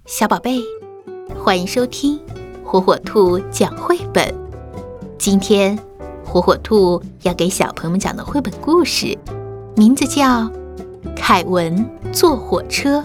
小宝贝，欢迎收听火火兔讲绘本。今天火火兔要给小朋友们讲的绘本故事，名字叫《凯文坐火车》。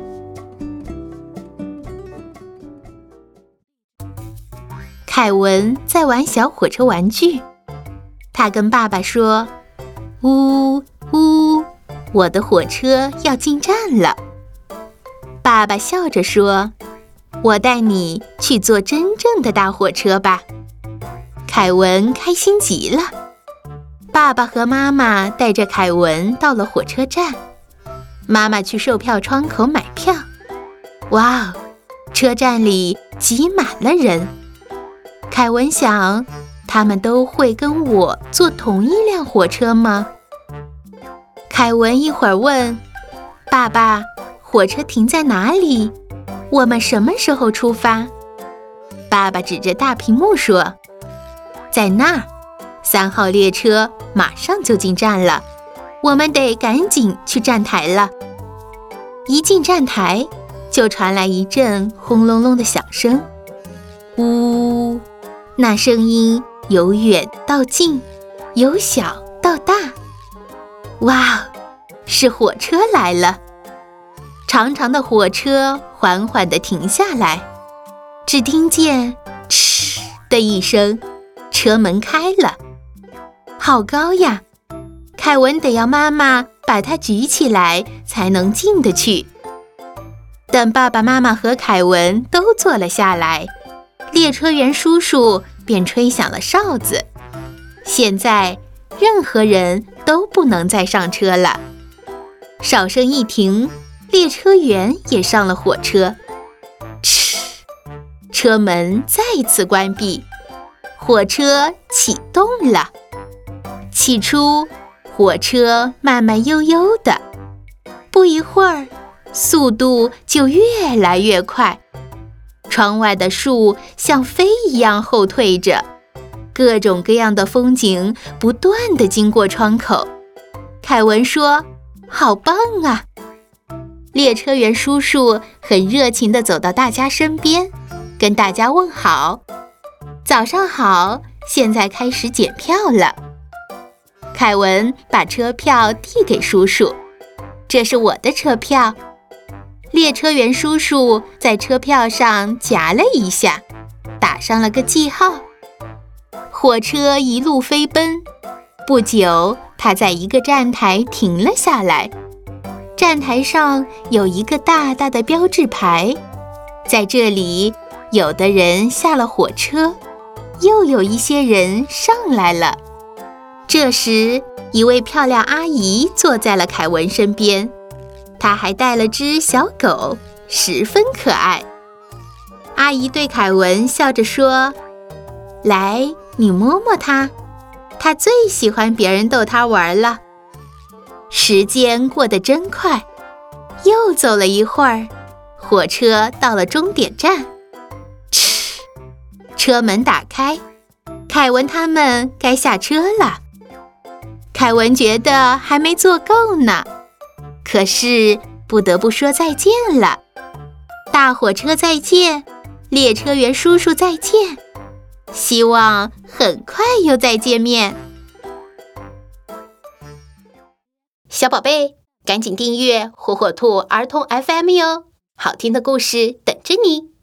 凯文在玩小火车玩具，他跟爸爸说：呜呜，我的火车要进站了。爸爸笑着说：我带你去坐真正的大火车吧。凯文开心极了。爸爸和妈妈带着凯文到了火车站，妈妈去售票窗口买票。哇哦，车站里挤满了人。凯文想，他们都会跟我坐同一辆火车吗？凯文一会儿问爸爸，火车停在哪里？我们什么时候出发？爸爸指着大屏幕说：在那儿，3号列车马上就进站了，我们得赶紧去站台了。一进站台，就传来一阵轰隆隆的响声。呜，那声音由远到近，由小到大。哇，是火车来了。长长的火车缓缓地停下来，只听见嗤的一声，车门开了。好高呀，凯文得要妈妈把它举起来才能进得去。等爸爸妈妈和凯文都坐了下来，列车员叔叔便吹响了哨子。现在任何人都不能再上车了。哨声一停，列车员也上了火车。嗤，车门再次关闭，火车启动了。起初，火车慢慢悠悠的，不一会儿，速度就越来越快。窗外的树像飞一样后退着，各种各样的风景不断地经过窗口。凯文说：好棒啊！列车员叔叔很热情地走到大家身边，跟大家问好：早上好，现在开始检票了。凯文把车票递给叔叔：这是我的车票。列车员叔叔在车票上夹了一下，打上了个记号。火车一路飞奔，不久，它在一个站台停了下来。站台上有一个大大的标志牌，在这里，有的人下了火车，又有一些人上来了。这时，一位漂亮阿姨坐在了凯文身边，她还带了只小狗，十分可爱。阿姨对凯文笑着说：来，你摸摸它，它最喜欢别人逗它玩了。时间过得真快，又走了一会儿，火车到了终点站。嗤，车门打开，凯文他们该下车了。凯文觉得还没坐够呢，可是不得不说再见了。大火车再见，列车员叔叔再见，希望很快又再见面。小宝贝，赶紧订阅火火兔儿童 FM 哟，好听的故事等着你。